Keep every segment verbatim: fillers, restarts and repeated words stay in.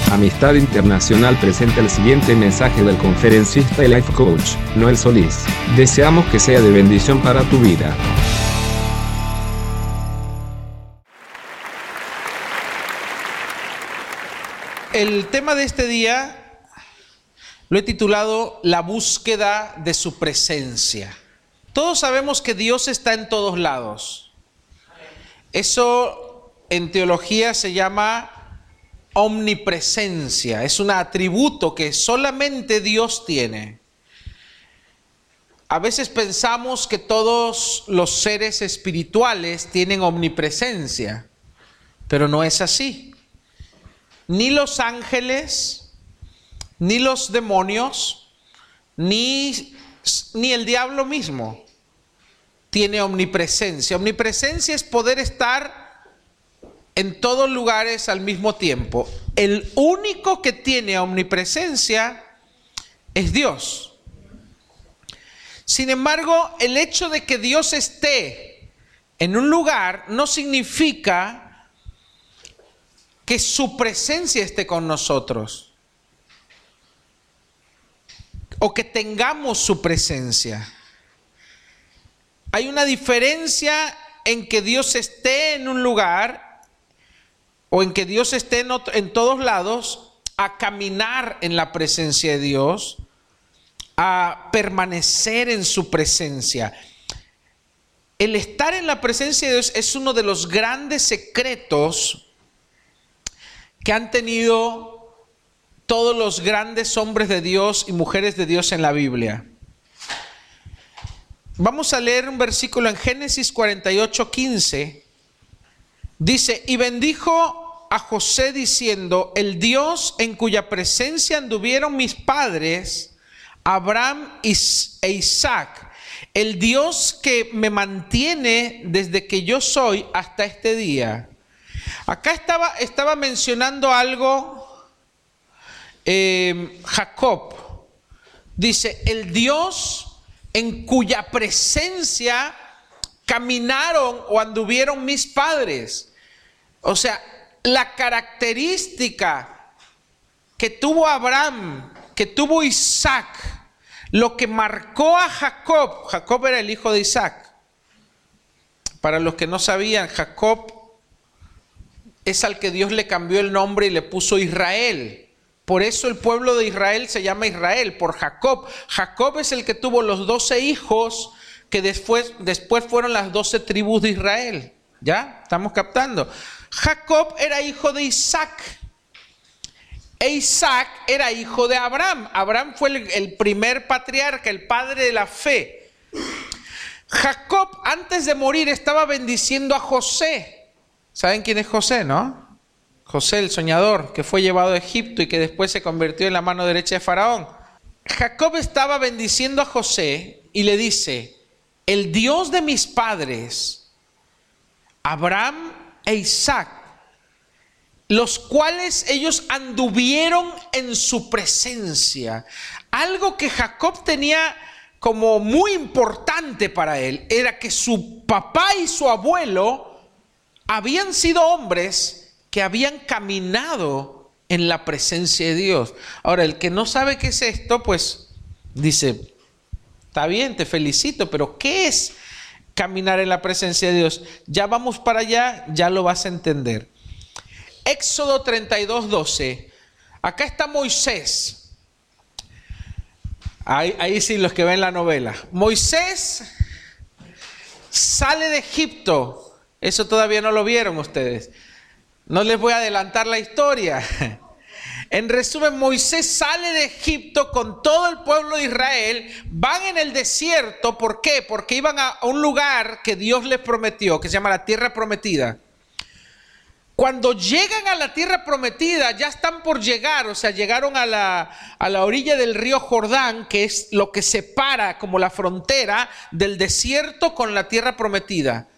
Amistad Internacional presenta el siguiente mensaje del conferencista y life coach, Noel Solís. Deseamos que sea de bendición para tu vida. El tema de este día lo he titulado La búsqueda de su presencia. Todos sabemos que Dios está en todos lados. Eso en teología se llama omnipresencia. Es un atributo que solamente Dios tiene. A veces pensamos que todos los seres espirituales tienen omnipresencia, pero no es así. Ni los ángeles, ni los demonios, ni, ni el diablo mismo tiene omnipresencia. Omnipresencia es poder estar en todos lugares al mismo tiempo. El único que tiene omnipresencia es Dios. Sin embargo, el hecho de que Dios esté en un lugar no significa que su presencia esté con nosotros o que tengamos su presencia. Hay una diferencia en que Dios esté en un lugar o en que Dios esté en, otro, en todos lados, a caminar en la presencia de Dios, a permanecer en su presencia. El estar en la presencia de Dios es uno de los grandes secretos que han tenido todos los grandes hombres de Dios y mujeres de Dios en la Biblia. Vamos a leer un versículo en Génesis cuarenta y ocho, quince. Dice: y bendijo a José diciendo: el Dios en cuya presencia anduvieron mis padres, Abraham e Isaac, el Dios que me mantiene desde que yo soy hasta este día. Acá estaba, estaba mencionando algo eh, Jacob. Dice: el Dios en cuya presencia caminaron o anduvieron mis padres. O sea, la característica que tuvo Abraham, que tuvo Isaac, lo que marcó a Jacob. Jacob era el hijo de Isaac. Para los que no sabían, Jacob es al que Dios le cambió el nombre y le puso Israel. Por eso el pueblo de Israel se llama Israel, por Jacob. Jacob es el que tuvo los doce hijos que después, después fueron las doce tribus de Israel. ¿Ya? ¿Estamos captando? Jacob era hijo de Isaac. E Isaac era hijo de Abraham. Abraham fue el, el primer patriarca, el padre de la fe. Jacob, antes de morir, estaba bendiciendo a José. ¿Saben quién es José, no? José el soñador, que fue llevado a Egipto y que después se convirtió en la mano derecha de Faraón. Jacob estaba bendiciendo a José y le dice: el Dios de mis padres, Abraham e Isaac, los cuales ellos anduvieron en su presencia. Algo que Jacob tenía como muy importante para él era que su papá y su abuelo habían sido hombres que habían caminado en la presencia de Dios. Ahora, el que no sabe qué es esto, pues dice: está bien, te felicito, pero ¿qué es caminar en la presencia de Dios? Ya vamos para allá, ya lo vas a entender. Éxodo treinta y dos, doce. Acá está Moisés. Ahí, ahí sí, los que ven la novela. Moisés sale de Egipto. Eso todavía no lo vieron ustedes. No les voy a adelantar la historia. En resumen, Moisés sale de Egipto con todo el pueblo de Israel. Van en el desierto. ¿Por qué? Porque iban a un lugar que Dios les prometió, que se llama la tierra prometida. Cuando llegan a la tierra prometida, ya están por llegar, o sea, llegaron a la, a la orilla del río Jordán, que es lo que separa como la frontera del desierto con la tierra prometida.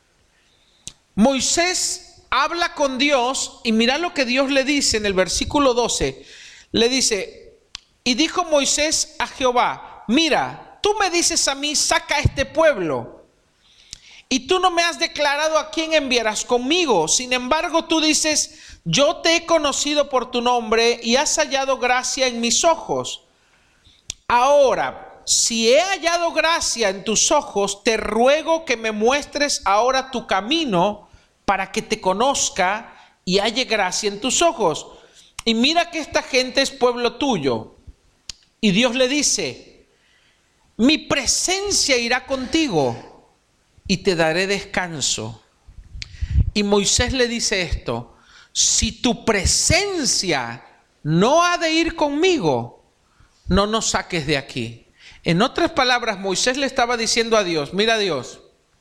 Moisés habla con Dios y mira lo que Dios le dice en el versículo doce. Le dice: y dijo Moisés a Jehová: mira, tú me dices a mí, saca a este pueblo. y tú no me has declarado a quién enviarás conmigo. Sin embargo, tú dices, yo te he conocido por tu nombre y has hallado gracia en mis ojos. Ahora, si he hallado gracia en tus ojos, te ruego que me muestres ahora tu camino para que te conozca y halle gracia en tus ojos. Y mira que esta gente es pueblo tuyo. Y Dios le dice, mi presencia irá contigo y te daré descanso. Y Moisés le dice esto, si tu presencia no ha de ir conmigo, no nos saques de aquí. En otras palabras, Moisés le estaba diciendo a Dios, mira Dios,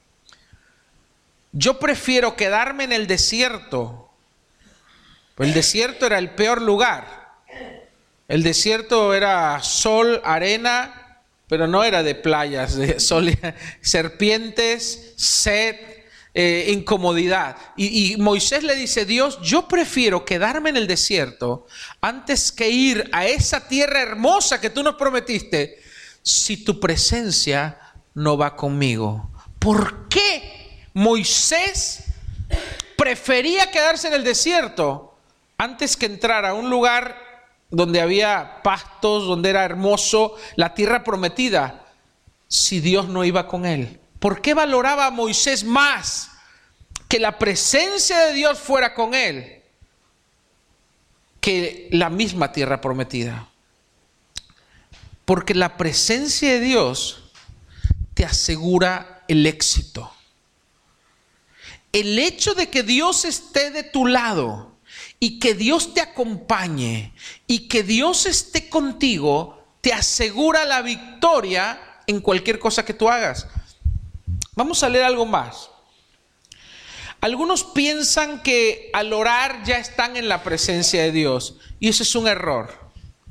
yo prefiero quedarme en el desierto. El desierto era el peor lugar. El desierto era sol, arena, pero no era de playas, de sol, serpientes, sed, eh, incomodidad. Y, y Moisés le dice, Dios, yo prefiero quedarme en el desierto antes que ir a esa tierra hermosa que tú nos prometiste, si tu presencia no va conmigo. ¿Por qué Moisés prefería quedarse en el desierto antes que entrar a un lugar donde había pastos, donde era hermoso, la tierra prometida, si Dios no iba con él? ¿Por qué valoraba a Moisés más que la presencia de Dios fuera con él que la misma tierra prometida? Porque la presencia de Dios te asegura el éxito. El hecho de que Dios esté de tu lado y que Dios te acompañe y que Dios esté contigo, te asegura la victoria en cualquier cosa que tú hagas. Vamos a leer algo más. Algunos piensan que al orar ya están en la presencia de Dios, y eso es un error.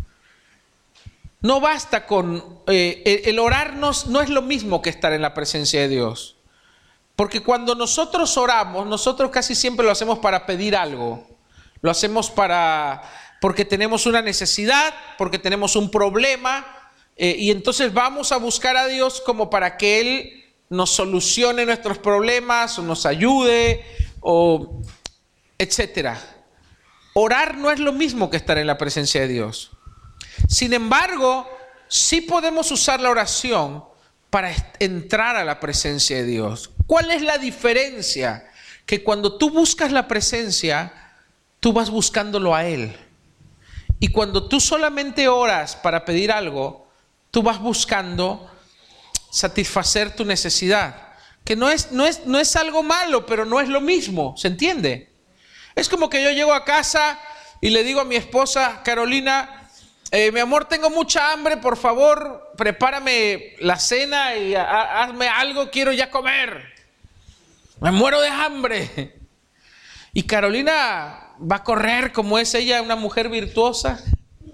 No basta con... Eh, el orar no, no es lo mismo que estar en la presencia de Dios. Porque cuando nosotros oramos, nosotros casi siempre lo hacemos para pedir algo. Lo hacemos para, porque tenemos una necesidad, porque tenemos un problema, eh, y entonces vamos a buscar a Dios como para que Él nos solucione nuestros problemas, o nos ayude, o etcétera. Orar no es lo mismo que estar en la presencia de Dios. Sin embargo, sí podemos usar la oración para entrar a la presencia de Dios. ¿Cuál es la diferencia? Que cuando tú buscas la presencia, tú vas buscándolo a Él. Y cuando tú solamente oras para pedir algo, tú vas buscando satisfacer tu necesidad. Que no es, no es, no es algo malo, pero no es lo mismo. ¿Se entiende? Es como que yo llego a casa y le digo a mi esposa, Carolina, eh, mi amor, tengo mucha hambre, por favor, prepárame la cena y ha, hazme algo, quiero ya comer. Me muero de hambre. Y Carolina va a correr como es ella, una mujer virtuosa.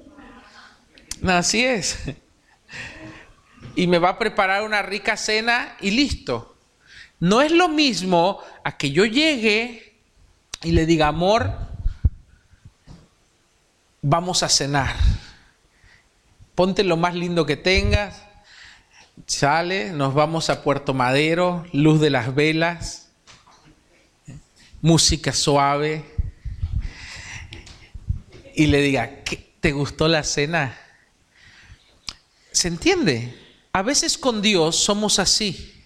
Así es. Y me va a preparar una rica cena y listo. No es lo mismo a que yo llegue y le diga, amor, vamos a cenar. Ponte lo más lindo que tengas. Sale, nos vamos a Puerto Madero, luz de las velas, música suave. Y le diga, ¿qué, ¿te gustó la cena? ¿Se entiende? A veces con Dios somos así.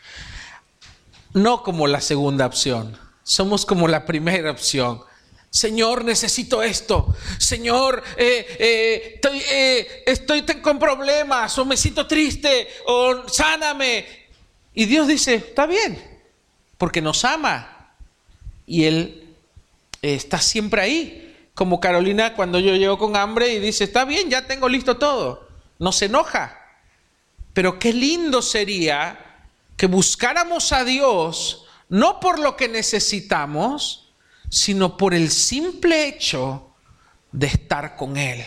No como la segunda opción. Somos como la primera opción. Señor, necesito esto. Señor, eh, eh, estoy, eh, estoy con problemas, o me siento triste, o sáname. Y Dios dice, está bien, porque nos ama. Y Él eh, está siempre ahí. Como Carolina cuando yo llego con hambre y dice, está bien, ya tengo listo todo. No se enoja. Pero qué lindo sería que buscáramos a Dios, no por lo que necesitamos, sino por el simple hecho de estar con Él.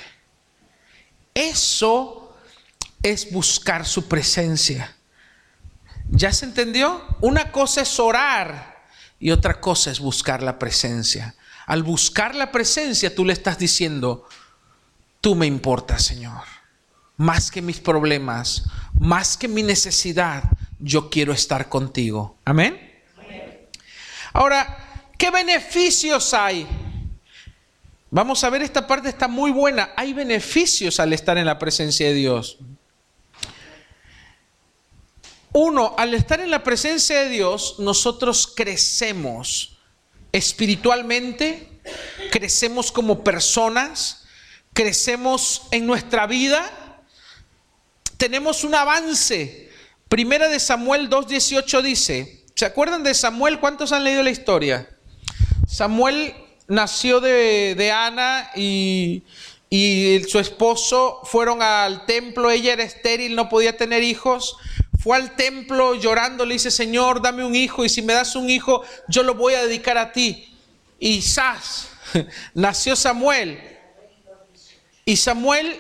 Eso es buscar su presencia. ¿Ya se entendió? Una cosa es orar y otra cosa es buscar la presencia. Al buscar la presencia, tú le estás diciendo, tú me importas, Señor. Más que mis problemas, más que mi necesidad, yo quiero estar contigo. Amén. Amén. Ahora, ¿qué beneficios hay? Vamos a ver, esta parte está muy buena. Hay beneficios al estar en la presencia de Dios. Uno, al estar en la presencia de Dios, nosotros crecemos espiritualmente, crecemos como personas, crecemos en nuestra vida, tenemos un avance. Primera de Samuel dos dieciocho dice, ¿se acuerdan de Samuel? ¿Cuántos han leído la historia? Samuel nació de, de Ana y, y su esposo fueron al templo. Ella era estéril, no podía tener hijos. Fue al templo llorando, le dice, Señor, dame un hijo, y si me das un hijo, yo lo voy a dedicar a ti. Y ¡zas! Nació Samuel. Y Samuel,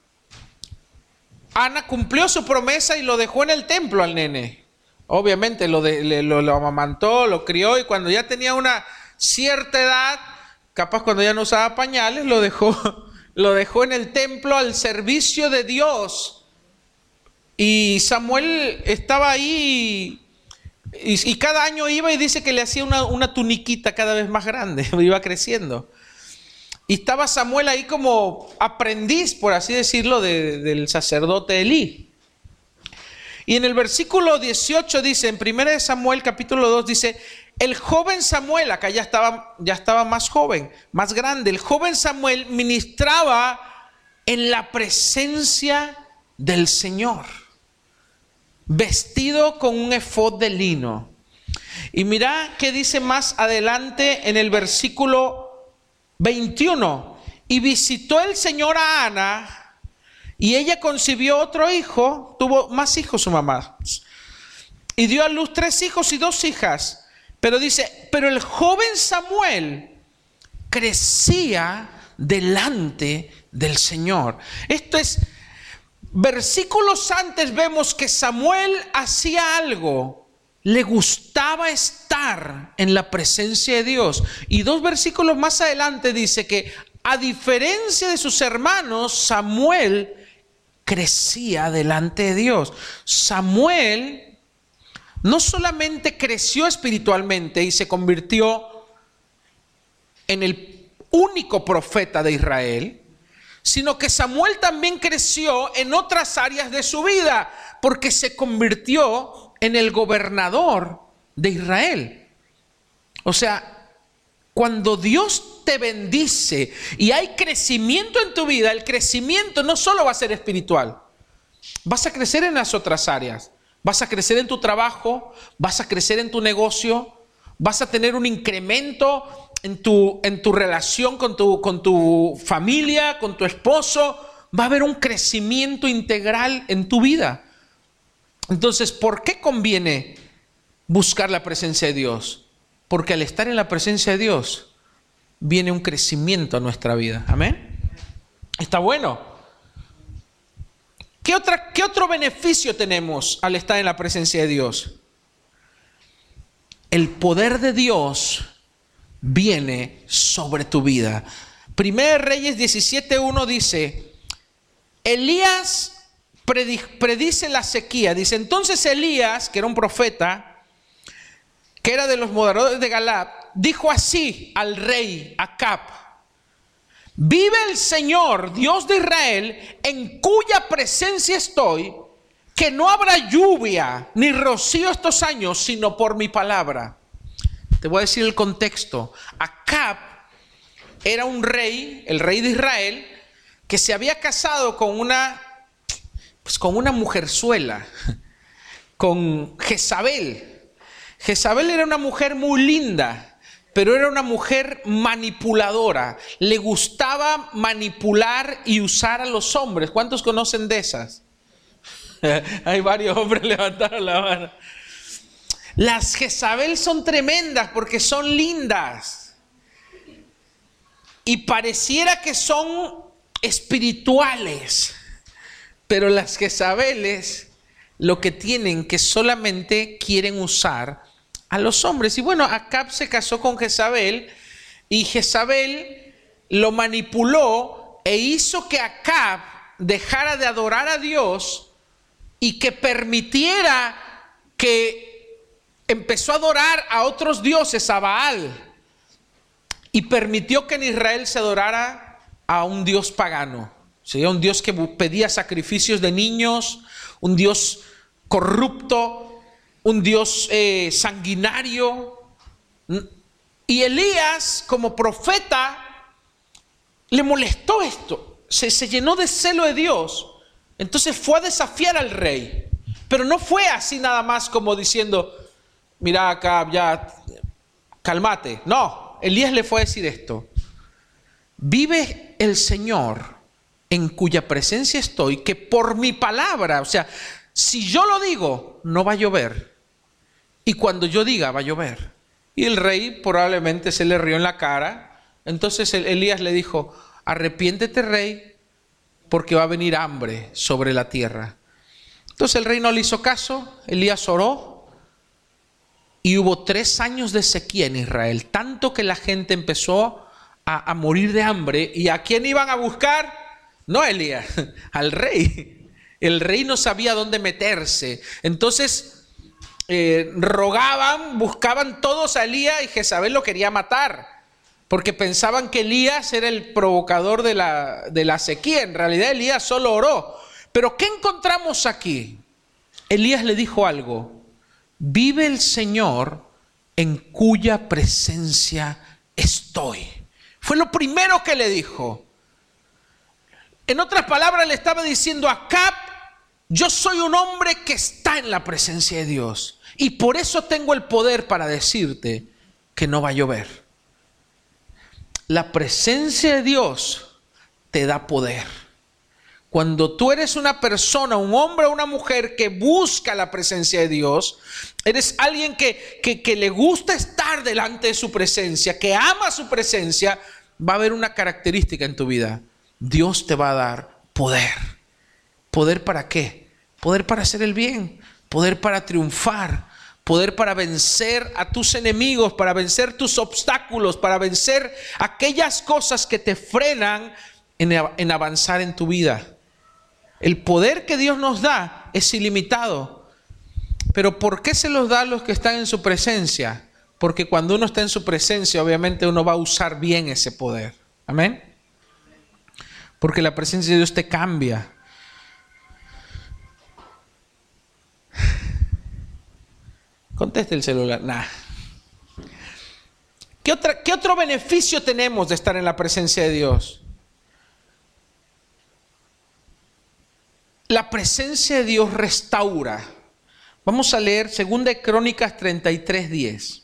Ana cumplió su promesa y lo dejó en el templo al nene. Obviamente lo, de, lo, lo amamantó, lo crió, y cuando ya tenía una cierta edad, capaz cuando ya no usaba pañales, lo dejó, lo dejó en el templo al servicio de Dios. Y Samuel estaba ahí y, y cada año iba y dice que le hacía una, una tuniquita cada vez más grande, iba creciendo. Y estaba Samuel ahí como aprendiz, por así decirlo, de, del sacerdote Elí. Y en el versículo dieciocho dice, en primera de Samuel capítulo dos dice, el joven Samuel, acá ya estaba, ya estaba más joven, más grande, el joven Samuel ministraba en la presencia del Señor, vestido con un efod de lino. Y mira qué dice más adelante en el versículo veintiuno. Y visitó el Señor a Ana, y ella concibió otro hijo, tuvo más hijos su mamá, y dio a luz tres hijos y dos hijas. Pero dice, pero el joven Samuel crecía delante del Señor. Esto es, versículos antes vemos que Samuel hacía algo, le gustaba estar en la presencia de Dios. Y dos versículos más adelante dice que a diferencia de sus hermanos, Samuel crecía delante de Dios. Samuel no solamente creció espiritualmente y se convirtió en el único profeta de Israel, sino que Samuel también creció en otras áreas de su vida, porque se convirtió en el gobernador de Israel. O sea, cuando Dios te bendice y hay crecimiento en tu vida, el crecimiento no solo va a ser espiritual, vas a crecer en las otras áreas. Vas a crecer en tu trabajo, vas a crecer en tu negocio, vas a tener un incremento en tu, en tu relación con tu, con tu familia, con tu esposo. Va a haber un crecimiento integral en tu vida. Entonces, ¿por qué conviene buscar la presencia de Dios? Porque al estar en la presencia de Dios, viene un crecimiento a nuestra vida. Amén. Está bueno. ¿Qué, otra, ¿Qué otro beneficio tenemos al estar en la presencia de Dios? El poder de Dios viene sobre tu vida. Primera de Reyes diecisiete uno dice, Elías predice la sequía. Dice, entonces Elías, que era un profeta, que era de los moradores de Galaad, dijo así al rey Acab, vive el Señor, Dios de Israel, en cuya presencia estoy, que no habrá lluvia ni rocío estos años, sino por mi palabra. Te voy a decir el contexto. Acab era un rey, el rey de Israel, que se había casado con una, pues con una mujerzuela, con Jezabel. Jezabel era una mujer muy linda, pero era una mujer manipuladora. Le gustaba manipular y usar a los hombres. ¿Cuántos conocen de esas? Hay varios hombres levantaron la mano. Las Jezabel son tremendas porque son lindas. Y pareciera que son espirituales. Pero las Jezabeles lo que tienen que solamente quieren usar a los hombres. Y bueno, Acab se casó con Jezabel y Jezabel lo manipuló e hizo que Acab dejara de adorar a Dios y que permitiera que empezó a adorar a otros dioses, a Baal, y permitió que en Israel se adorara a un dios pagano, ¿sí? Un dios que pedía sacrificios de niños, un dios corrupto, un dios eh, sanguinario. Y Elías, como profeta, le molestó esto, se, se llenó de celo de Dios. Entonces fue a desafiar al rey, pero no fue así nada más como diciendo, mira acá, ya, cálmate. No, Elías le fue a decir esto: vive el Señor en cuya presencia estoy, que por mi palabra, o sea, si yo lo digo, no va a llover, y cuando yo diga, va a llover. Y el rey probablemente se le rió en la cara. Entonces Elías le dijo, arrepiéntete, rey, porque va a venir hambre sobre la tierra. Entonces el rey no le hizo caso, Elías oró, y hubo tres años de sequía en Israel, tanto que la gente empezó a, a morir de hambre. ¿Y a quién iban a buscar? No a Elías, al rey. El rey no sabía dónde meterse. Entonces eh, rogaban, buscaban todos a Elías, y Jezabel lo quería matar, porque pensaban que Elías era el provocador de la, de la sequía. En realidad Elías solo oró. Pero ¿qué encontramos aquí? Elías le dijo algo: vive el Señor en cuya presencia estoy. Fue lo primero que le dijo. En otras palabras, le estaba diciendo a Acab, yo soy un hombre que está en la presencia de Dios, y por eso tengo el poder para decirte que no va a llover. La presencia de Dios te da poder. Cuando tú eres una persona, un hombre o una mujer que busca la presencia de Dios, eres alguien que, que, que le gusta estar delante de su presencia, que ama su presencia, va a haber una característica en tu vida: Dios te va a dar poder. ¿Poder para qué? Poder para hacer el bien, poder para triunfar, poder para vencer a tus enemigos, para vencer tus obstáculos, para vencer aquellas cosas que te frenan en, en avanzar en tu vida. El poder que Dios nos da es ilimitado. Pero ¿por qué se los da a los que están en su presencia? Porque cuando uno está en su presencia, obviamente uno va a usar bien ese poder. Amén. Porque la presencia de Dios te cambia. Conteste el celular. Nah. ¿Qué, otra, ¿Qué otro beneficio tenemos de estar en la presencia de Dios? La presencia de Dios restaura. Vamos a leer Segunda de Crónicas treinta y tres, diez.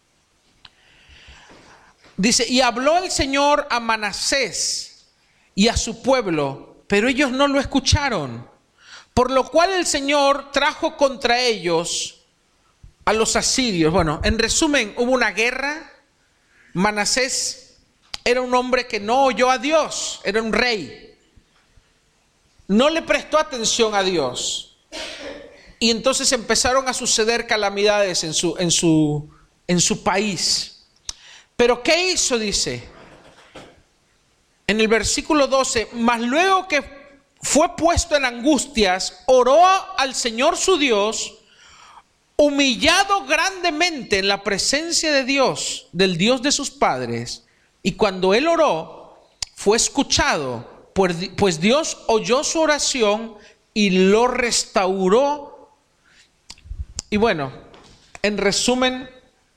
Dice, y habló el Señor a Manasés y a su pueblo, pero ellos no lo escucharon. Por lo cual el Señor trajo contra ellos a los asirios. Bueno, en resumen, hubo una guerra. Manasés era un hombre que no oyó a Dios, era un rey. No le prestó atención a Dios. Y entonces empezaron a suceder calamidades en su, en su, en su país. Pero ¿qué hizo? Dice en el versículo doce, mas luego que fue puesto en angustias, oró al Señor su Dios, humillado grandemente en la presencia de Dios, del Dios de sus padres. Y cuando él oró, fue escuchado, pues, pues Dios oyó su oración y lo restauró. Y bueno, en resumen,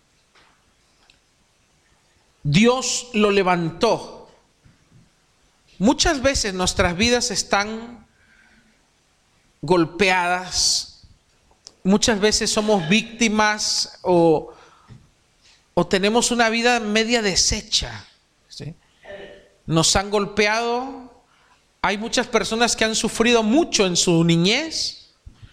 Dios lo levantó. Muchas veces nuestras vidas están golpeadas, muchas veces somos víctimas o, o tenemos una vida media deshecha, ¿sí? Nos han golpeado. Hay muchas personas que han sufrido mucho en su niñez.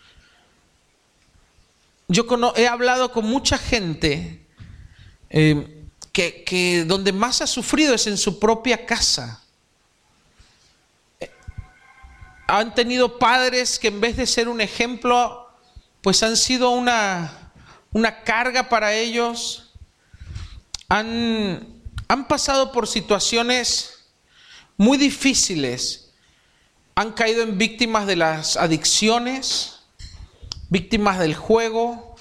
Yo he hablado con mucha gente eh, que, que donde más ha sufrido es en su propia casa. Han tenido padres que en vez de ser un ejemplo, pues han sido una, una carga para ellos. Han, han pasado por situaciones muy difíciles. Han caído en víctimas de las adicciones, víctimas del juego,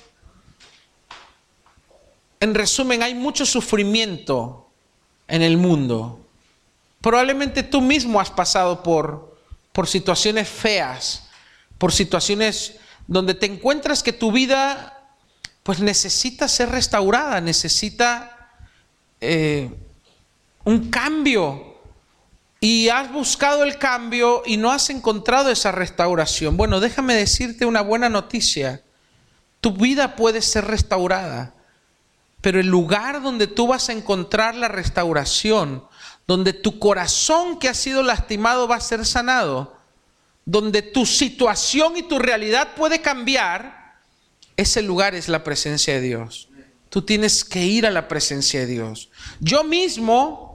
En resumen, hay mucho sufrimiento en el mundo. Probablemente tú mismo has pasado por, por situaciones feas, por situaciones donde te encuentras que tu vida pues necesita ser restaurada, necesita eh, un cambio. Y has buscado el cambio y no has encontrado esa restauración. Bueno, déjame decirte una buena noticia. Tu vida puede ser restaurada, pero el lugar donde tú vas a encontrar la restauración, donde tu corazón que ha sido lastimado va a ser sanado, donde tu situación y tu realidad puede cambiar, ese lugar es la presencia de Dios. Tú tienes que ir a la presencia de Dios. Yo mismo...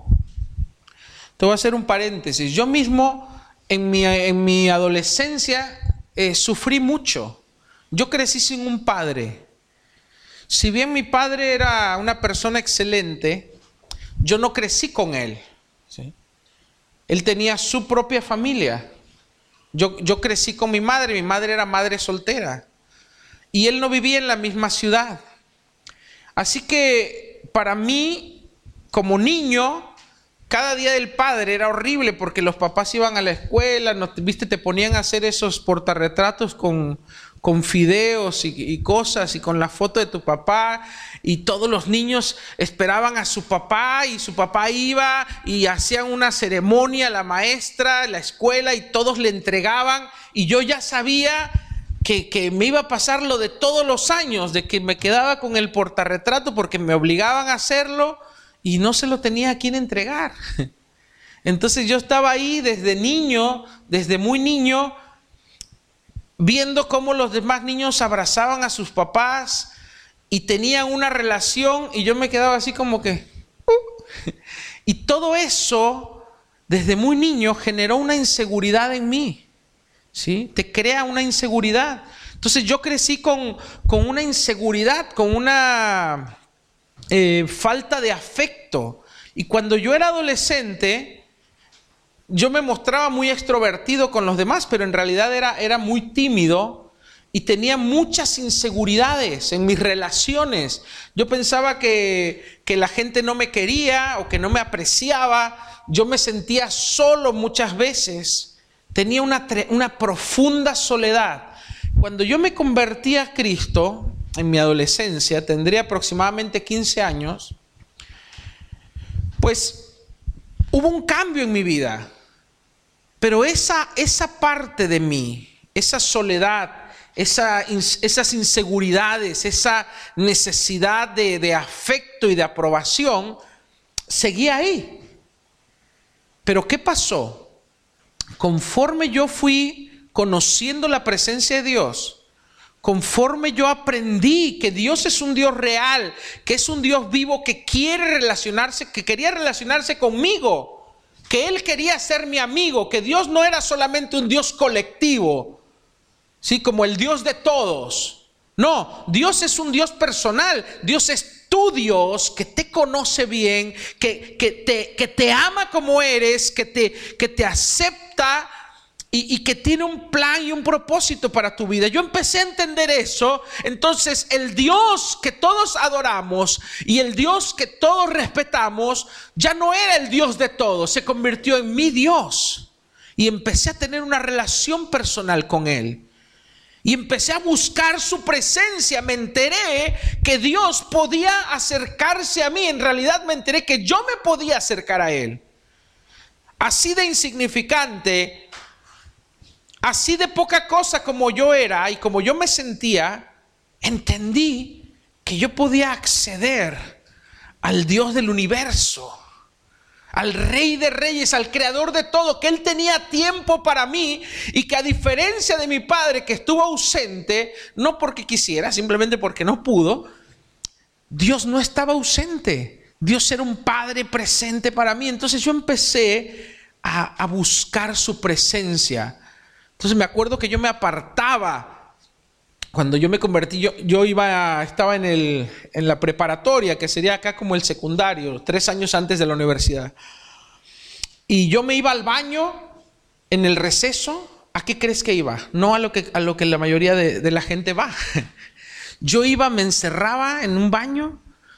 Te voy a hacer un paréntesis. Yo mismo en mi, en mi adolescencia eh, sufrí mucho. Yo crecí sin un padre. Si bien mi padre era una persona excelente, yo no crecí con él, ¿sí? Él tenía su propia familia. Yo, yo crecí con mi madre. Mi madre era madre soltera. Y él no vivía en la misma ciudad. Así que para mí, como niño... Cada día del padre era horrible porque los papás iban a la escuela, no, viste, te ponían a hacer esos portarretratos con, con fideos y, y cosas y con la foto de tu papá, y todos los niños esperaban a su papá y su papá iba y hacían una ceremonia, la maestra, la escuela, y todos le entregaban, y yo ya sabía que, que me iba a pasar lo de todos los años, de que me quedaba con el portarretrato porque me obligaban a hacerlo. Y no se lo tenía a quien entregar. Entonces yo estaba ahí desde niño, desde muy niño, viendo cómo los demás niños abrazaban a sus papás y tenían una relación, y yo me quedaba así como que... Uh. Y todo eso, desde muy niño, generó una inseguridad en mí, ¿sí? Te crea una inseguridad. Entonces yo crecí con, con una inseguridad, con una... Eh, falta de afecto. Y cuando yo era adolescente, yo me mostraba muy extrovertido con los demás, pero en realidad era, era muy tímido y tenía muchas inseguridades en mis relaciones. Yo pensaba que, que la gente no me quería o que no me apreciaba. Yo me sentía solo muchas veces. Tenía una, una profunda soledad. Cuando yo me convertí a Cristo, en mi adolescencia, tendría aproximadamente quince años, pues hubo un cambio en mi vida. Pero esa, esa parte de mí, esa soledad, esa, esas inseguridades, esa necesidad de, de afecto y de aprobación, seguía ahí. Pero ¿qué pasó? Conforme yo fui conociendo la presencia de Dios, conforme yo aprendí que Dios es un Dios real, que es un Dios vivo, que quiere relacionarse, que quería relacionarse conmigo, que Él quería ser mi amigo, que Dios no era solamente un Dios colectivo, ¿sí? Como el Dios de todos. No, Dios es un Dios personal. Dios es tu Dios, que te conoce bien, que, que, te, que te ama como eres, que te, que te acepta, Y, y que tiene un plan y un propósito para tu vida. Yo empecé a entender eso. Entonces el Dios que todos adoramos y el Dios que todos respetamos ya no era el Dios de todos, se convirtió en mi Dios. Y empecé a tener una relación personal con Él. Y empecé a buscar su presencia. Me enteré que Dios podía acercarse a mí. En realidad me enteré que yo me podía acercar a Él. Así de insignificante, así de poca cosa como yo era y como yo me sentía, entendí que yo podía acceder al Dios del universo, al Rey de Reyes, al Creador de todo, que Él tenía tiempo para mí, y que a diferencia de mi padre, que estuvo ausente, no porque quisiera, simplemente porque no pudo, Dios no estaba ausente. Dios era un Padre presente para mí. Entonces yo empecé a, a buscar su presencia. Entonces me acuerdo que yo me apartaba. Cuando yo me convertí, yo, yo iba a, estaba en, el, en la preparatoria, que sería acá como el secundario, tres años antes de la universidad. Y yo me iba al baño en el receso. ¿A qué crees que iba? No a lo que, a lo que la mayoría de, de la gente va. Yo iba, me encerraba en un baño,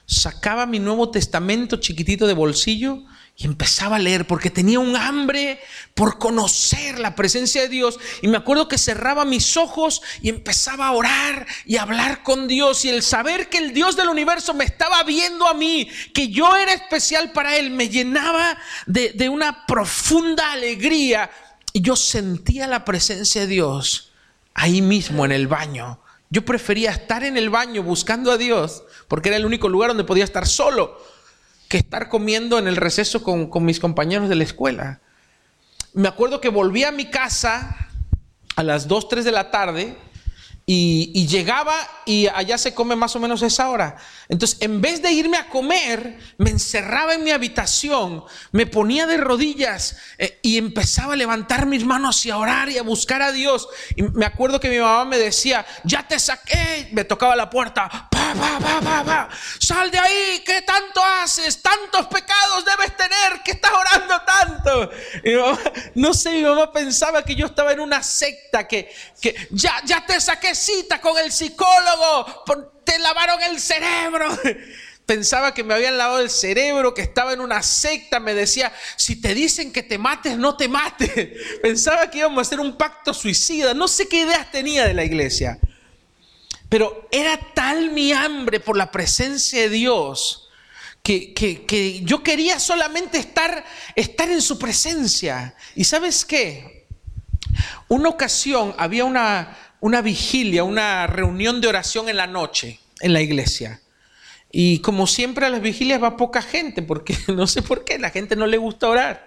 sacaba mi Nuevo Testamento chiquitito de bolsillo y empezaba a leer porque tenía un hambre por conocer la presencia de Dios. Y me acuerdo que cerraba mis ojos y empezaba a orar y a hablar con Dios. Y el saber que el Dios del universo me estaba viendo a mí, que yo era especial para Él, me llenaba de, de una profunda alegría. Y yo sentía la presencia de Dios ahí mismo en el baño. Yo prefería estar en el baño buscando a Dios porque era el único lugar donde podía estar solo, que estar comiendo en el receso con, con mis compañeros de la escuela. Me acuerdo que volví a mi casa a las dos, tres de la tarde y, y llegaba y allá se come más o menos a esa hora. Entonces, en vez de irme a comer, me encerraba en mi habitación, me ponía de rodillas eh, y empezaba a levantar mis manos y a orar y a buscar a Dios. Y me acuerdo que mi mamá me decía, ya te saqué, me tocaba la puerta, pa, pa, pa, pa, pa. Sal de ahí, ¿qué tanto haces? Tantos pecados debes tener, que estás orando tanto. Y mi mamá, no sé, mi mamá pensaba que yo estaba en una secta, que, que ya, ya te saqué cita con el psicólogo, te lavaron el cerebro. Pensaba que me habían lavado el cerebro, que estaba en una secta. Me decía, si te dicen que te mates, no te mates. Pensaba que íbamos a hacer un pacto suicida. No sé qué ideas tenía de la iglesia. Pero era tal mi hambre por la presencia de Dios que, que, que yo quería solamente estar, estar en su presencia. ¿Y sabes qué? Una ocasión había una... una vigilia, una reunión de oración en la noche en la iglesia. Y como siempre a las vigilias va poca gente, porque no sé por qué, la gente no le gusta orar.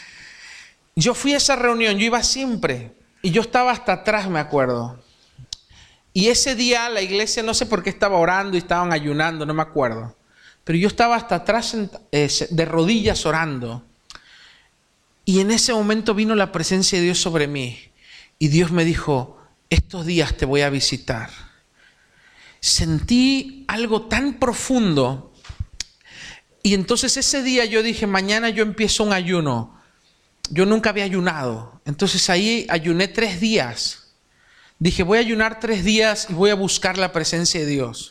Yo fui a esa reunión, yo iba siempre, y yo estaba hasta atrás, me acuerdo. Y ese día la iglesia, no sé por qué estaba orando y estaban ayunando, no me acuerdo. Pero yo estaba hasta atrás de rodillas orando. Y en ese momento vino la presencia de Dios sobre mí. Y Dios me dijo, estos días te voy a visitar. Sentí algo tan profundo. Y entonces ese día yo dije, mañana yo empiezo un ayuno. Yo nunca había ayunado. Entonces ahí ayuné tres días. Dije, voy a ayunar tres días y voy a buscar la presencia de Dios.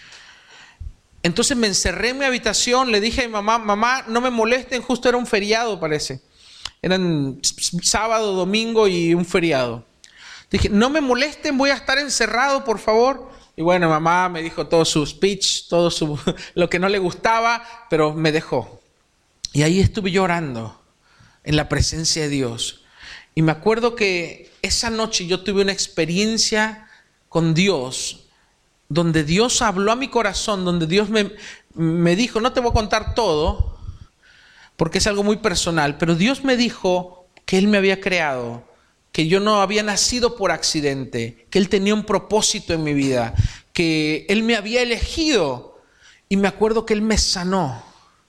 Entonces me encerré en mi habitación, le dije a mi mamá, mamá, no me molesten, justo era un feriado parece. Eran sábado, domingo y un feriado. Dije, no me molesten, voy a estar encerrado, por favor. Y bueno, mamá me dijo todo su speech, todo su, lo que no le gustaba, pero me dejó. Y ahí estuve llorando en la presencia de Dios. Y me acuerdo que esa noche yo tuve una experiencia con Dios, donde Dios habló a mi corazón, donde Dios me, me dijo, no te voy a contar todo, porque es algo muy personal, pero Dios me dijo que Él me había creado, que yo no había nacido por accidente, que Él tenía un propósito en mi vida, que Él me había elegido. Y me acuerdo que Él me sanó.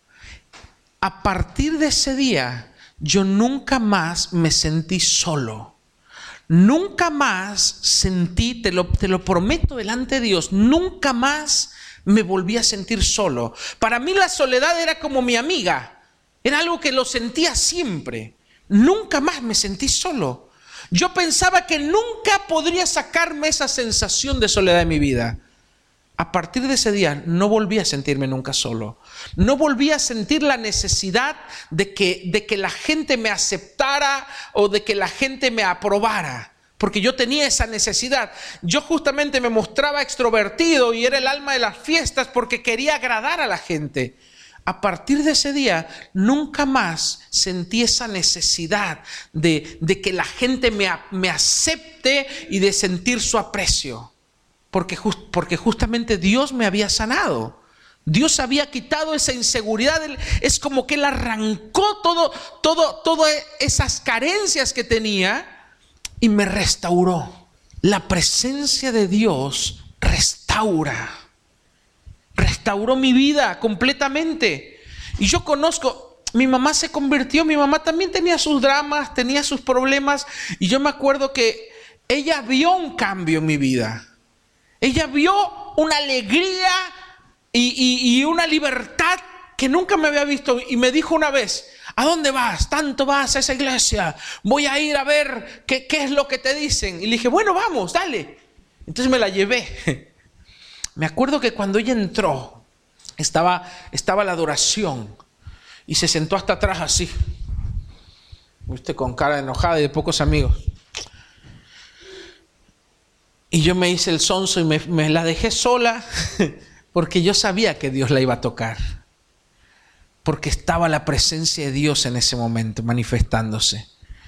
A partir de ese día, yo nunca más me sentí solo. Nunca más sentí, te lo, te lo prometo delante de Dios, nunca más me volví a sentir solo. Para mí la soledad era como mi amiga, era algo que lo sentía siempre. Nunca más me sentí solo. Yo pensaba que nunca podría sacarme esa sensación de soledad de mi vida. A partir de ese día no volví a sentirme nunca solo. No volví a sentir la necesidad de que, de que la gente me aceptara o de que la gente me aprobara. Porque yo tenía esa necesidad. Yo justamente me mostraba extrovertido y era el alma de las fiestas porque quería agradar a la gente. A partir de ese día, nunca más sentí esa necesidad de, de que la gente me, me acepte y de sentir su aprecio. Porque, just, porque justamente Dios me había sanado. Dios había quitado esa inseguridad. Es como que Él arrancó todo, todo, todas esas carencias que tenía y me restauró. La presencia de Dios restaura. Restauró mi vida completamente. Y yo conozco, mi mamá se convirtió, mi mamá también tenía sus dramas, tenía sus problemas. Y yo me acuerdo que ella vio un cambio en mi vida. Ella vio una alegría y, y, y una libertad que nunca me había visto. Y me dijo una vez, ¿a dónde vas? Tanto vas a esa iglesia. Voy a ir a ver qué, qué es lo que te dicen. Y le dije, bueno, vamos, dale. Entonces me la llevé. Me acuerdo que cuando ella entró, estaba, estaba la adoración y se sentó hasta atrás así, ¿viste? Con cara enojada y de pocos amigos. Y yo me hice el sonso y me, me la dejé sola porque yo sabía que Dios la iba a tocar. Porque estaba la presencia de Dios en ese momento manifestándose.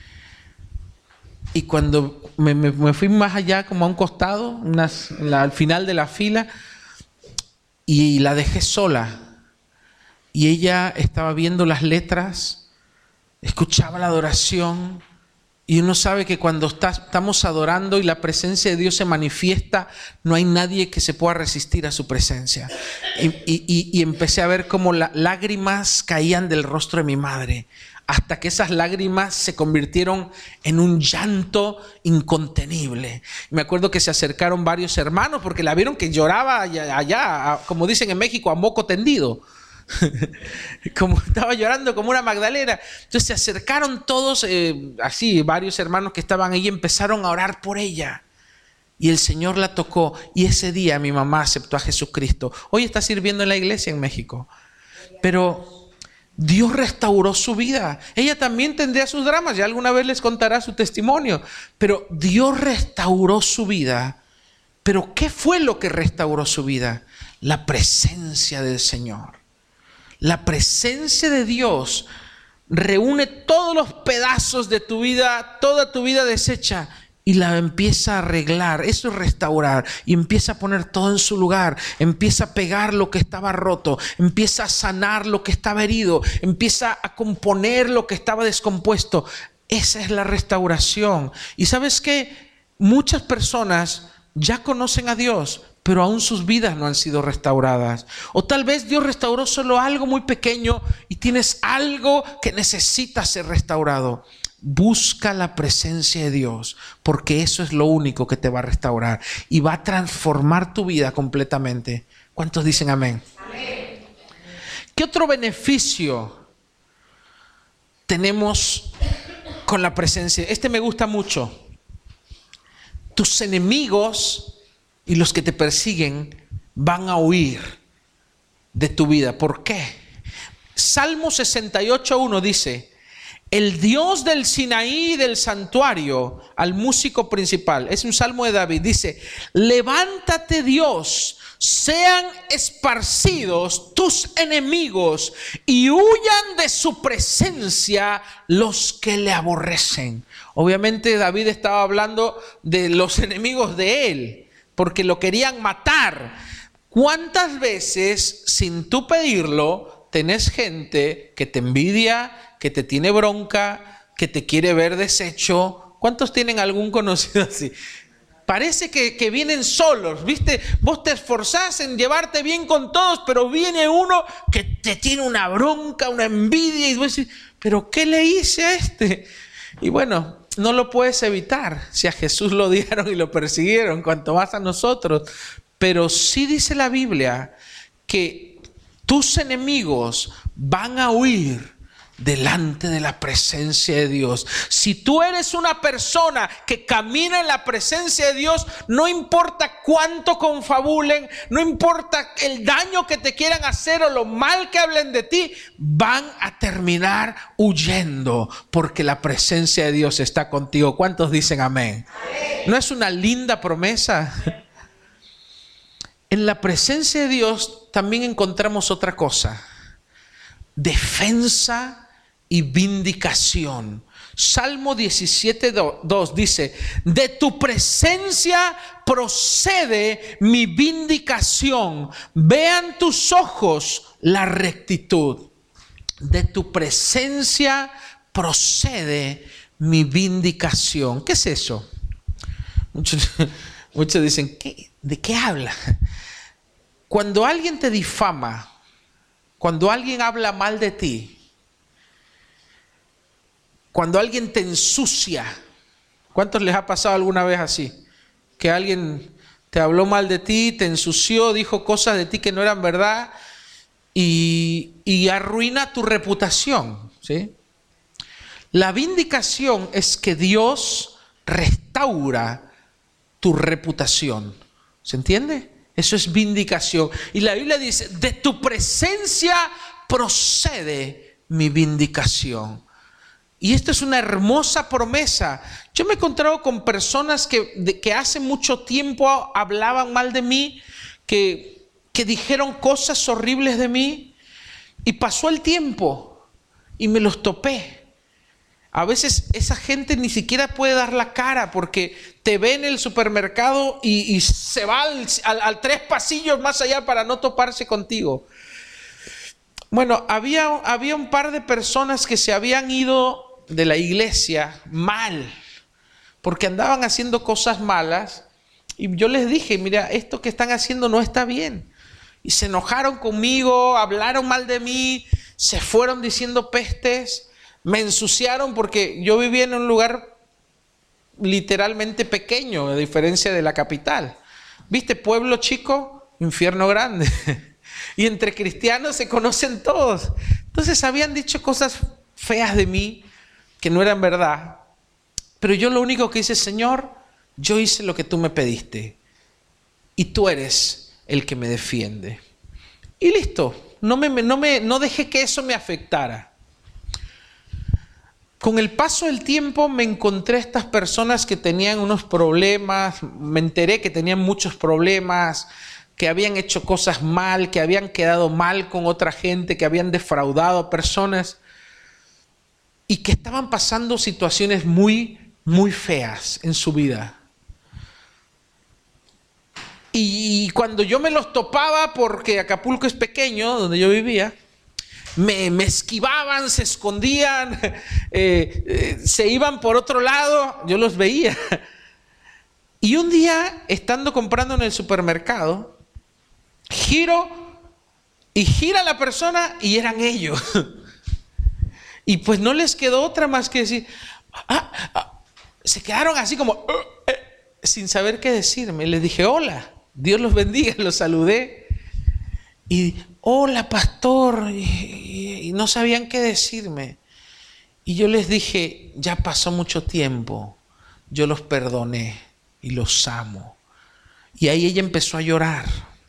Y cuando me, me, me fui más allá, como a un costado, unas, la, al final de la fila, y la dejé sola. Y ella estaba viendo las letras, escuchaba la adoración. Y uno sabe que cuando está, estamos adorando y la presencia de Dios se manifiesta, no hay nadie que se pueda resistir a su presencia. Y, y, y empecé a ver cómo las lágrimas caían del rostro de mi madre, hasta que esas lágrimas se convirtieron en un llanto incontenible. Me acuerdo que se acercaron varios hermanos porque la vieron que lloraba allá, allá como dicen en México, a moco tendido. Como estaba llorando como una Magdalena. Entonces se acercaron todos, eh, así, varios hermanos que estaban ahí, y empezaron a orar por ella. Y el Señor la tocó. Y ese día mi mamá aceptó a Jesucristo. Hoy está sirviendo en la iglesia en México. Pero Dios restauró su vida. Ella también tendría sus dramas, ya alguna vez les contará su testimonio. Pero Dios restauró su vida. Pero ¿qué fue lo que restauró su vida? La presencia del Señor. La presencia de Dios reúne todos los pedazos de tu vida, toda tu vida deshecha, y la empieza a arreglar. Eso es restaurar. Y empieza a poner todo en su lugar. Empieza a pegar lo que estaba roto. Empieza a sanar lo que estaba herido. Empieza a componer lo que estaba descompuesto. Esa es la restauración. Y ¿sabes qué? Muchas personas ya conocen a Dios, pero aún sus vidas no han sido restauradas. O tal vez Dios restauró solo algo muy pequeño y tienes algo que necesita ser restaurado. Busca la presencia de Dios, porque eso es lo único que te va a restaurar y va a transformar tu vida completamente. ¿Cuántos dicen amén? Amén. ¿Qué otro beneficio tenemos con la presencia? Este me gusta mucho. Tus enemigos y los que te persiguen van a huir de tu vida. ¿Por qué? Salmo sesenta y ocho uno dice: el Dios del Sinaí, del santuario, al músico principal. Es un salmo de David. Dice: levántate, Dios, sean esparcidos tus enemigos y huyan de su presencia los que le aborrecen. Obviamente David estaba hablando de los enemigos de él, porque lo querían matar. ¿Cuántas veces, sin tú pedirlo, tenés gente que te envidia, que te tiene bronca, que te quiere ver deshecho? ¿Cuántos tienen algún conocido así? Parece que, que vienen solos, ¿viste? Vos te esforzás en llevarte bien con todos, pero viene uno que te tiene una bronca, una envidia, y vos decís, ¿pero qué le hice a este? Y bueno, no lo puedes evitar. Si a Jesús lo odiaron y lo persiguieron, cuanto más a nosotros. Pero sí dice la Biblia que tus enemigos van a huir delante de la presencia de Dios. Si tú eres una persona que camina en la presencia de Dios, no importa cuánto confabulen, no importa el daño que te quieran hacer o lo mal que hablen de ti, van a terminar huyendo porque la presencia de Dios está contigo. ¿Cuántos dicen amén? Amén. ¿No es una linda promesa? En la presencia de Dios también encontramos otra cosa: defensa y vindicación. Salmo diecisiete dos dice: de tu presencia procede mi vindicación, vean tus ojos la rectitud. De tu presencia procede mi vindicación. ¿Qué es eso? Muchos, muchos dicen, ¿qué, ¿de qué habla? Cuando alguien te difama, cuando alguien habla mal de ti, cuando alguien te ensucia, ¿cuántos les ha pasado alguna vez así? Que alguien te habló mal de ti, te ensució, dijo cosas de ti que no eran verdad y, y arruina tu reputación, ¿sí? La vindicación es que Dios restaura tu reputación. ¿Se entiende? Eso es vindicación. Y la Biblia dice, de tu presencia procede mi vindicación. Y esta es una hermosa promesa. Yo me he encontrado con personas que, de, que hace mucho tiempo hablaban mal de mí, que, que dijeron cosas horribles de mí, y pasó el tiempo y me los topé. A veces esa gente ni siquiera puede dar la cara porque te ve en el supermercado y, y se va al, al, al tres pasillos más allá para no toparse contigo. Bueno, había, había un par de personas que se habían ido de la iglesia mal porque andaban haciendo cosas malas, y yo les dije, mira, esto que están haciendo no está bien. Y se enojaron conmigo, hablaron mal de mí, se fueron diciendo pestes. Me ensuciaron porque yo vivía en un lugar literalmente pequeño, a diferencia de la capital. ¿Viste? Pueblo chico, infierno grande. Y entre cristianos se conocen todos. Entonces habían dicho cosas feas de mí que no eran verdad. Pero yo lo único que hice, Señor, yo hice lo que tú me pediste. Y tú eres el que me defiende. Y listo. No, me, no, me, no dejé que eso me afectara. Con el paso del tiempo me encontré estas personas que tenían unos problemas, me enteré que tenían muchos problemas, que habían hecho cosas mal, que habían quedado mal con otra gente, que habían defraudado a personas y que estaban pasando situaciones muy, muy feas en su vida. Y cuando yo me los topaba, porque Acapulco es pequeño, donde yo vivía, Me, me esquivaban, se escondían, eh, eh, se iban por otro lado, yo los veía. Y un día, estando comprando en el supermercado, giro y gira la persona y eran ellos. Y pues no les quedó otra más que decir, ah, ah, se quedaron así como, uh, eh, sin saber qué decirme. Les dije, hola, Dios los bendiga, los saludé. Y hola, pastor, y, y, y no sabían qué decirme. Y yo les dije, ya pasó mucho tiempo, yo los perdoné y los amo. Y ahí ella empezó a llorar.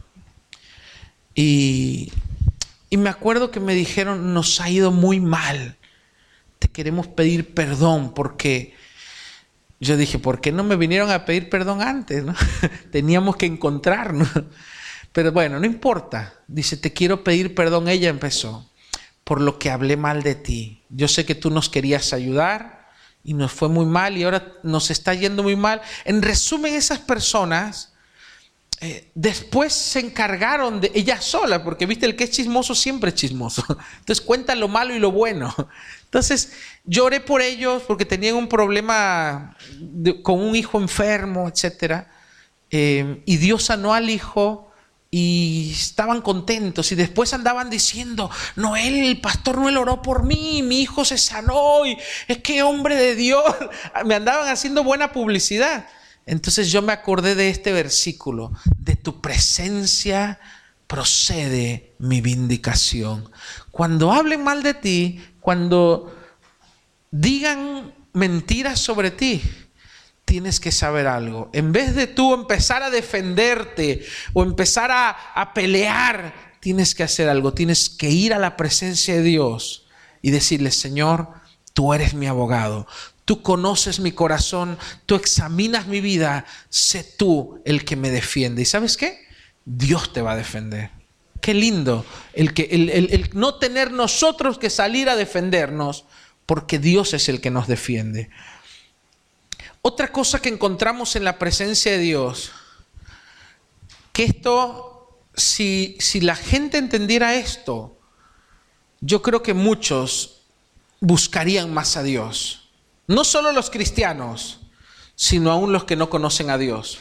Y, y me acuerdo que me dijeron, nos ha ido muy mal, te queremos pedir perdón, porque yo dije, ¿por qué no me vinieron a pedir perdón antes, no? Teníamos que encontrarnos. Pero bueno, no importa. Dice, te quiero pedir perdón. Ella empezó, por lo que hablé mal de ti. Yo sé que tú nos querías ayudar y nos fue muy mal y ahora nos está yendo muy mal. En resumen, esas personas eh, después se encargaron de ella sola, porque viste, el que es chismoso siempre es chismoso. Entonces cuenta lo malo y lo bueno. Entonces lloré por ellos porque tenían un problema de, con un hijo enfermo, etcétera. Eh, y Dios sanó al hijo. Y estaban contentos y después andaban diciendo, Noel, el pastor Noel oró por mí, mi hijo se sanó y es que hombre de Dios. Me andaban haciendo buena publicidad. Entonces yo me acordé de este versículo, de tu presencia procede mi vindicación. Cuando hablen mal de ti, cuando digan mentiras sobre ti, tienes que saber algo. En vez de tú empezar a defenderte o empezar a, a pelear, tienes que hacer algo. Tienes que ir a la presencia de Dios y decirle, Señor, tú eres mi abogado. Tú conoces mi corazón, tú examinas mi vida. Sé tú el que me defiende. ¿Y sabes qué? Dios te va a defender. Qué lindo el, que, el, el, el no tener nosotros que salir a defendernos, porque Dios es el que nos defiende. Otra cosa que encontramos en la presencia de Dios, que esto, si, si la gente entendiera esto, yo creo que muchos buscarían más a Dios. No solo los cristianos, sino aún los que no conocen a Dios.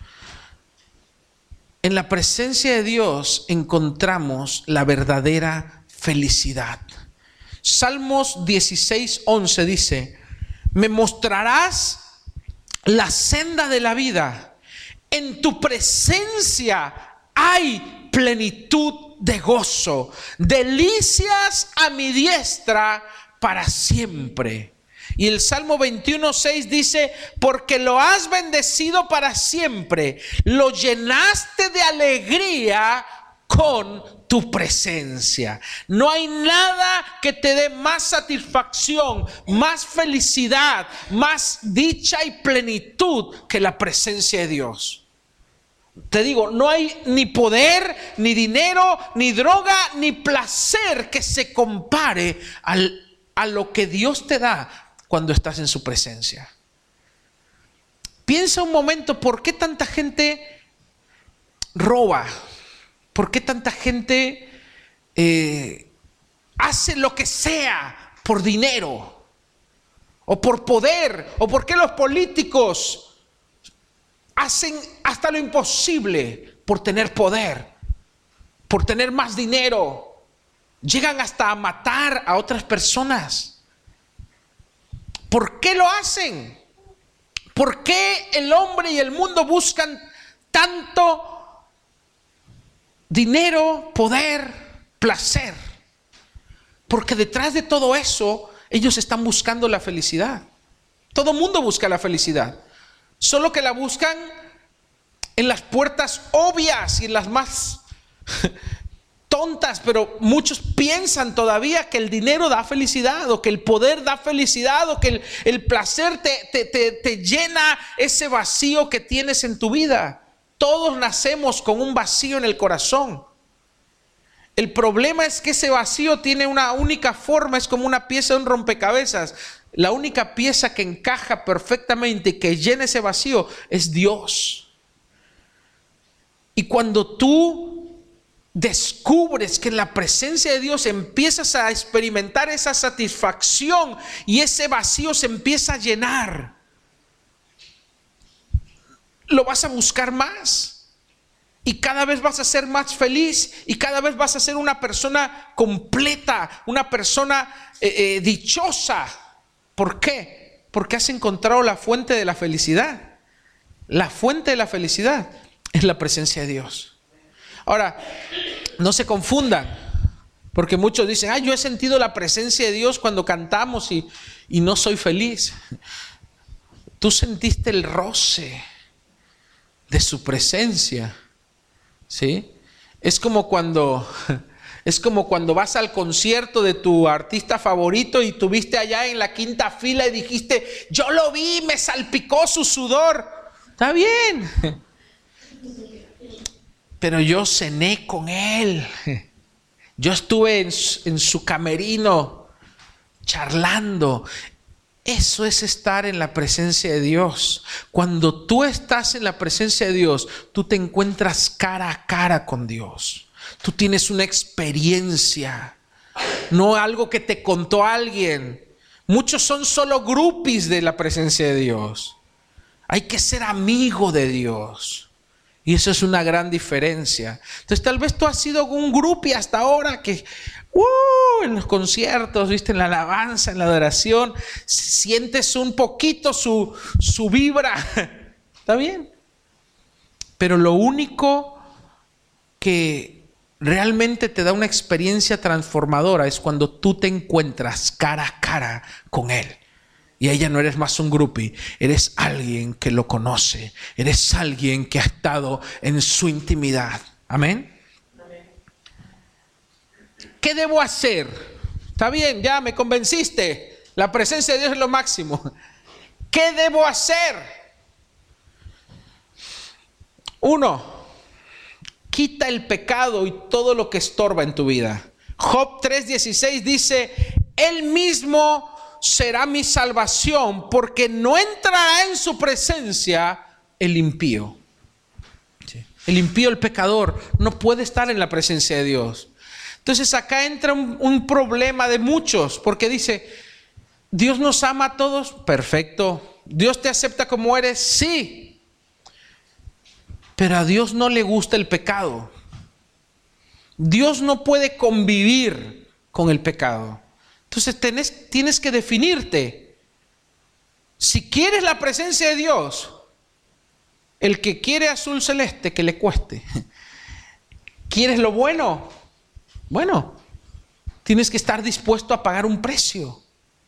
En la presencia de Dios encontramos la verdadera felicidad. Salmos dieciséis, once dice, me mostrarás la senda de la vida. En tu presencia hay plenitud de gozo, delicias a mi diestra para siempre. Y el Salmo veintiuno seis dice, porque lo has bendecido para siempre, lo llenaste de alegría con tu presencia. No hay nada que te dé más satisfacción, más felicidad, más dicha y plenitud que la presencia de Dios. Te digo, no hay ni poder, ni dinero, ni droga, ni placer que se compare al, a lo que Dios te da cuando estás en su presencia. Piensa un momento, ¿por qué tanta gente roba? ¿Por qué tanta gente eh, hace lo que sea por dinero? ¿O por poder? ¿O por qué los políticos hacen hasta lo imposible por tener poder, por tener más dinero? Llegan hasta a matar a otras personas. ¿Por qué lo hacen? ¿Por qué el hombre y el mundo buscan tanto dinero, poder, placer? Porque detrás de todo eso, ellos están buscando la felicidad. Todo mundo busca la felicidad. Solo que la buscan en las puertas obvias y en las más tontas, pero muchos piensan todavía que el dinero da felicidad, o que el poder da felicidad, o que el, el placer te, te, te, te llena ese vacío que tienes en tu vida. Todos nacemos con un vacío en el corazón. El problema es que ese vacío tiene una única forma, es como una pieza de un rompecabezas. La única pieza que encaja perfectamente y que llena ese vacío es Dios. Y cuando tú descubres que en la presencia de Dios empiezas a experimentar esa satisfacción y ese vacío se empieza a llenar, lo vas a buscar más. Y cada vez vas a ser más feliz y cada vez vas a ser una persona completa, una persona eh, eh, dichosa. ¿Por qué? Porque has encontrado la fuente de la felicidad. La fuente de la felicidad es la presencia de Dios. Ahora, no se confundan, porque muchos dicen, ah, yo he sentido la presencia de Dios cuando cantamos y, y no soy feliz. Tú sentiste el roce de su presencia, ¿sí? Es como cuando... Es como cuando vas al concierto de tu artista favorito y tuviste allá en la quinta fila y dijiste, yo lo vi, me salpicó su sudor. Está bien. Pero yo cené con él. Yo estuve en su, en su camerino charlando. Eso es estar en la presencia de Dios. Cuando tú estás en la presencia de Dios, tú te encuentras cara a cara con Dios. Tú tienes una experiencia, no algo que te contó alguien. Muchos son solo groupies de la presencia de Dios. Hay que ser amigo de Dios. Y eso es una gran diferencia. Entonces tal vez tú has sido un groupie hasta ahora que uh, en los conciertos, viste, en la alabanza, en la adoración, sientes un poquito su, su vibra. Está bien. Pero lo único que realmente te da una experiencia transformadora es cuando tú te encuentras cara a cara con Él. Y ahí ya no eres más un groupie, eres alguien que lo conoce, eres alguien que ha estado en su intimidad. Amén. Amén. ¿Qué debo hacer? Está bien, ya me convenciste. La presencia de Dios es lo máximo. ¿Qué debo hacer? Uno, quita el pecado y todo lo que estorba en tu vida. Job tres dieciséis dice, Él mismo será mi salvación, porque no entrará en su presencia el impío. Sí. El impío, el pecador, no puede estar en la presencia de Dios. Entonces acá entra un, un problema de muchos, porque dice, Dios nos ama a todos, perfecto. Dios te acepta como eres, sí. Pero a Dios no le gusta el pecado. Dios no puede convivir con el pecado. Entonces tenés, tienes que definirte. Si quieres la presencia de Dios, el que quiere azul celeste, que le cueste. ¿Quieres lo bueno? Bueno, tienes que estar dispuesto a pagar un precio.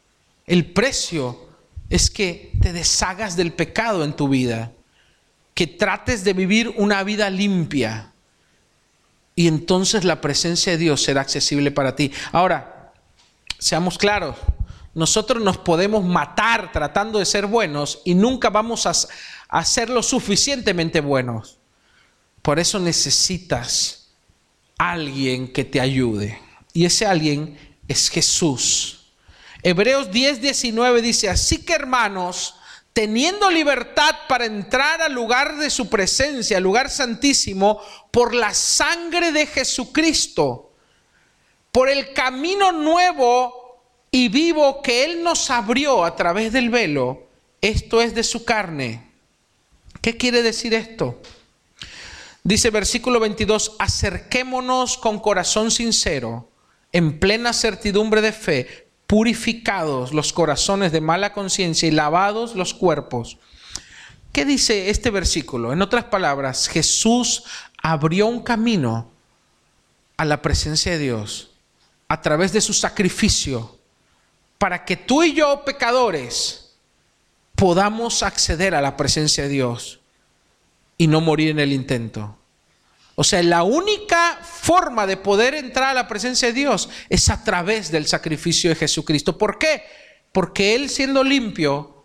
El precio es que te deshagas del pecado en tu vida, que trates de vivir una vida limpia, y entonces la presencia de Dios será accesible para ti. Ahora, seamos claros, nosotros nos podemos matar tratando de ser buenos y nunca vamos a, a ser lo suficientemente buenos. Por eso necesitas a alguien que te ayude, y ese alguien es Jesús. Hebreos diez, diecinueve dice: así que, hermanos, teniendo libertad para entrar al lugar de su presencia, al lugar santísimo, por la sangre de Jesucristo, por el camino nuevo y vivo que Él nos abrió a través del velo, esto es de su carne. ¿Qué quiere decir esto? Dice versículo veintidós: acerquémonos con corazón sincero, en plena certidumbre de fe, purificados los corazones de mala conciencia y lavados los cuerpos. ¿Qué dice este versículo? En otras palabras, Jesús abrió un camino a la presencia de Dios a través de su sacrificio, para que tú y yo, pecadores, podamos acceder a la presencia de Dios y no morir en el intento. O sea, la única forma de poder entrar a la presencia de Dios es a través del sacrificio de Jesucristo. ¿Por qué? Porque Él, siendo limpio,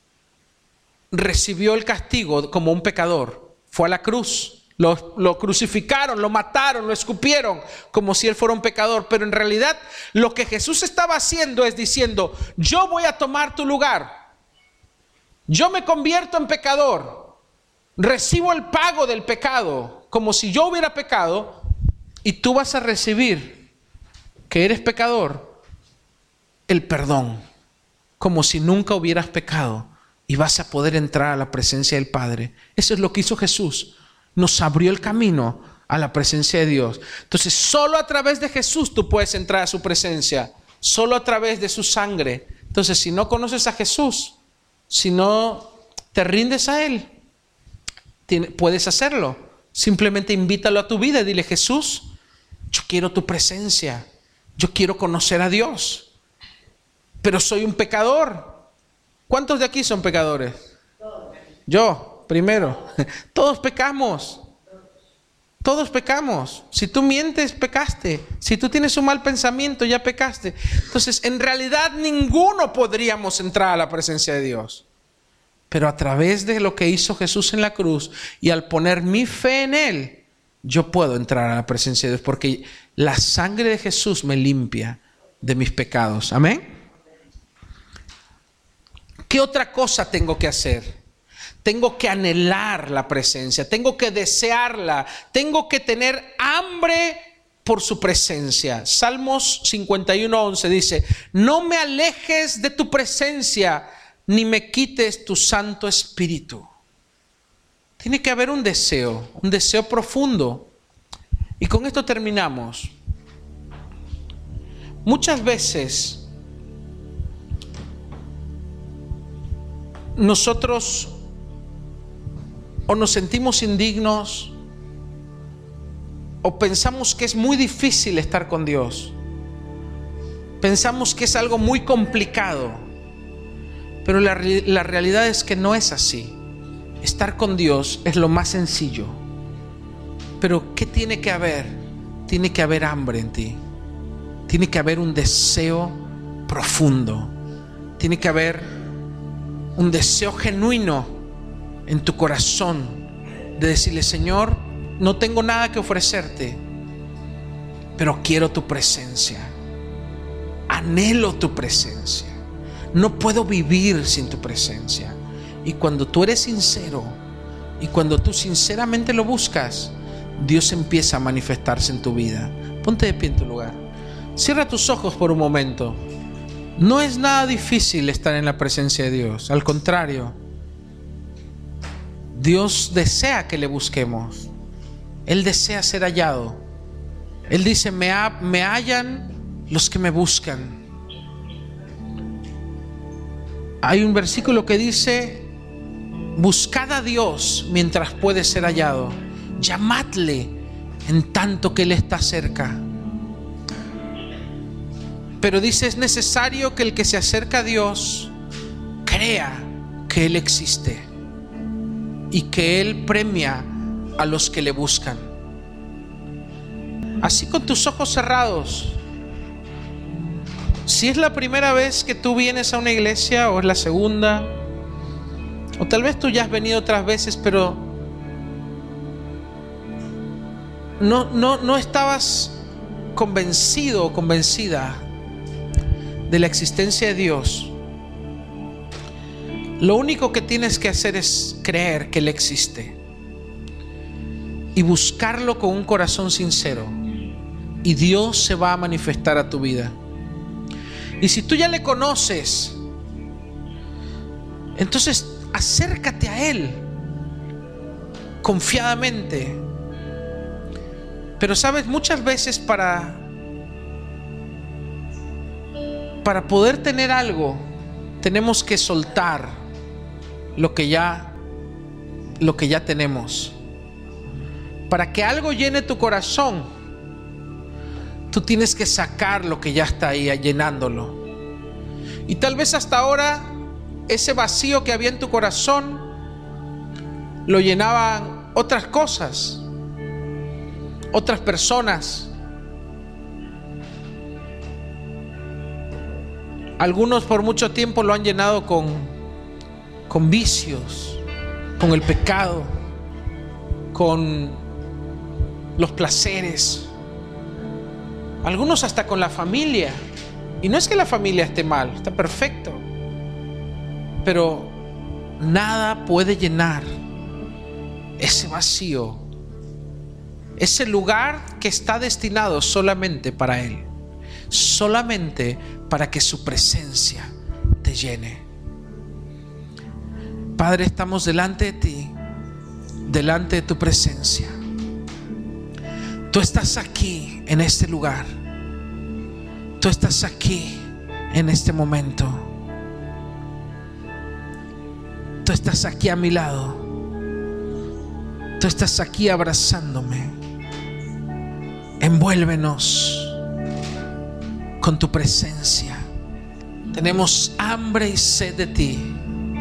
recibió el castigo como un pecador. Fue a la cruz, lo, lo crucificaron, lo mataron, lo escupieron como si Él fuera un pecador. Pero en realidad lo que Jesús estaba haciendo es diciendo: yo voy a tomar tu lugar. Yo me convierto en pecador. Recibo el pago del pecado, como si yo hubiera pecado, y tú vas a recibir, que eres pecador, el perdón, como si nunca hubieras pecado, y vas a poder entrar a la presencia del Padre. Eso es lo que hizo Jesús. Nos abrió el camino a la presencia de Dios. Entonces, solo a través de Jesús tú puedes entrar a su presencia, solo a través de su sangre. Entonces, si no conoces a Jesús, si no te rindes a Él, puedes hacerlo. Simplemente invítalo a tu vida y dile: Jesús, yo quiero tu presencia, yo quiero conocer a Dios, pero soy un pecador. ¿Cuántos de aquí son pecadores? Yo, primero. Todos pecamos. Todos pecamos. Si tú mientes, pecaste. Si tú tienes un mal pensamiento, ya pecaste. Entonces, en realidad, ninguno podríamos entrar a la presencia de Dios. Pero a través de lo que hizo Jesús en la cruz y al poner mi fe en Él, yo puedo entrar a la presencia de Dios, porque la sangre de Jesús me limpia de mis pecados. Amén. ¿Qué otra cosa tengo que hacer? Tengo que anhelar la presencia, tengo que desearla, tengo que tener hambre por su presencia. Salmos cincuenta y uno, once dice: no me alejes de tu presencia, ni me quites tu Santo Espíritu. Tiene que haber un deseo, un deseo profundo. Y con esto terminamos. Muchas veces nosotros o nos sentimos indignos o pensamos que es muy difícil estar con Dios. Pensamos que es algo muy complicado. Pero la, la realidad es que no es así. Estar con Dios es lo más sencillo. Pero ¿qué tiene que haber? Tiene que haber hambre en ti. Tiene que haber un deseo profundo. Tiene que haber un deseo genuino en tu corazón de decirle: Señor, no tengo nada que ofrecerte, pero quiero tu presencia. Anhelo tu presencia. No puedo vivir sin tu presencia. Y cuando tú eres sincero y cuando tú sinceramente lo buscas, Dios empieza a manifestarse en tu vida. Ponte de pie en tu lugar. Cierra tus ojos por un momento. No es nada difícil estar en la presencia de Dios. Al contrario, Dios desea que le busquemos. Él desea ser hallado. Él dice: me, ha, me hallan los que me buscan. Hay un versículo que dice: buscad a Dios mientras puede ser hallado. Llamadle en tanto que Él está cerca. Pero dice, es necesario que el que se acerca a Dios crea que Él existe y que Él premia a los que le buscan. Así, con tus ojos cerrados, si es la primera vez que tú vienes a una iglesia, o es la segunda, o tal vez tú ya has venido otras veces, pero no, no, no estabas convencido o convencida de la existencia de Dios, lo único que tienes que hacer es creer que Él existe y buscarlo con un corazón sincero, y Dios se va a manifestar a tu vida. Y si tú ya le conoces, entonces acércate a Él confiadamente. Pero sabes, muchas veces para para poder tener algo, tenemos que soltar lo que ya lo que ya tenemos. Para que algo llene tu corazón, tú tienes que sacar lo que ya está ahí, llenándolo. Y tal vez hasta ahora ese vacío que había en tu corazón lo llenaban otras cosas, otras personas. Algunos por mucho tiempo lo han llenado con, con vicios, con el pecado, con los placeres. Algunos hasta con la familia. Y no es que la familia esté mal, está perfecto. Pero nada puede llenar ese vacío, ese lugar que está destinado solamente para Él, solamente para que su presencia te llene. Padre, estamos delante de ti, delante de tu presencia. Tú estás aquí en este lugar. Tú estás aquí en este momento. Tú estás aquí a mi lado. Tú estás aquí abrazándome. Envuélvenos con tu presencia. Tenemos hambre y sed de ti.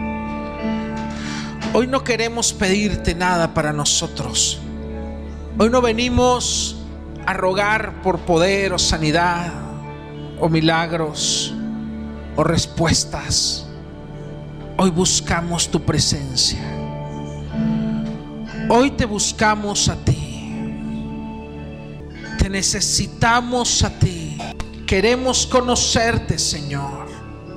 Hoy no queremos pedirte nada para nosotros. Hoy no venimos a rogar por poder o sanidad o milagros o respuestas. Hoy buscamos tu presencia. Hoy te buscamos a ti. Te necesitamos a ti. Queremos conocerte, Señor.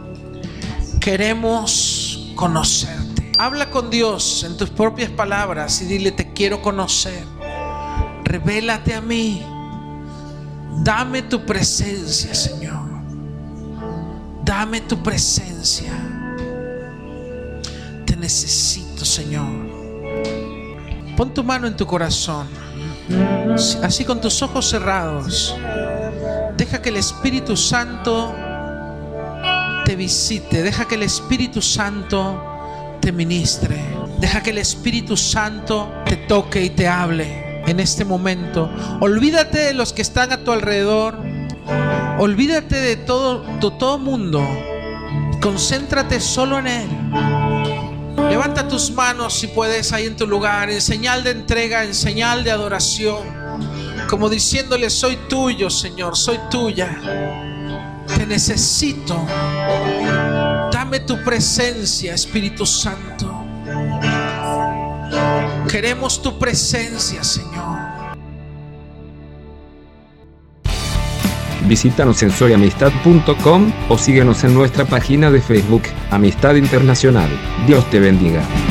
Queremos conocerte. Habla con Dios en tus propias palabras y dile: te quiero conocer. Revélate a mí. Dame tu presencia, Señor. Dame tu presencia. Te necesito, Señor. Pon tu mano en tu corazón, así con tus ojos cerrados. Deja que el Espíritu Santo te visite. Deja que el Espíritu Santo te ministre. Deja que el Espíritu Santo te toque y te hable en este momento. Olvídate de los que están a tu alrededor. Olvídate de todo, de todo mundo. Concéntrate solo en Él. Levanta tus manos si puedes ahí en tu lugar, en señal de entrega, en señal de adoración, como diciéndole: soy tuyo, Señor, soy tuya. Te necesito. Dame tu presencia, Espíritu Santo. Queremos tu presencia, Señor. Visítanos en soy amistad punto com o síguenos en nuestra página de Facebook, Amistad Internacional. Dios te bendiga.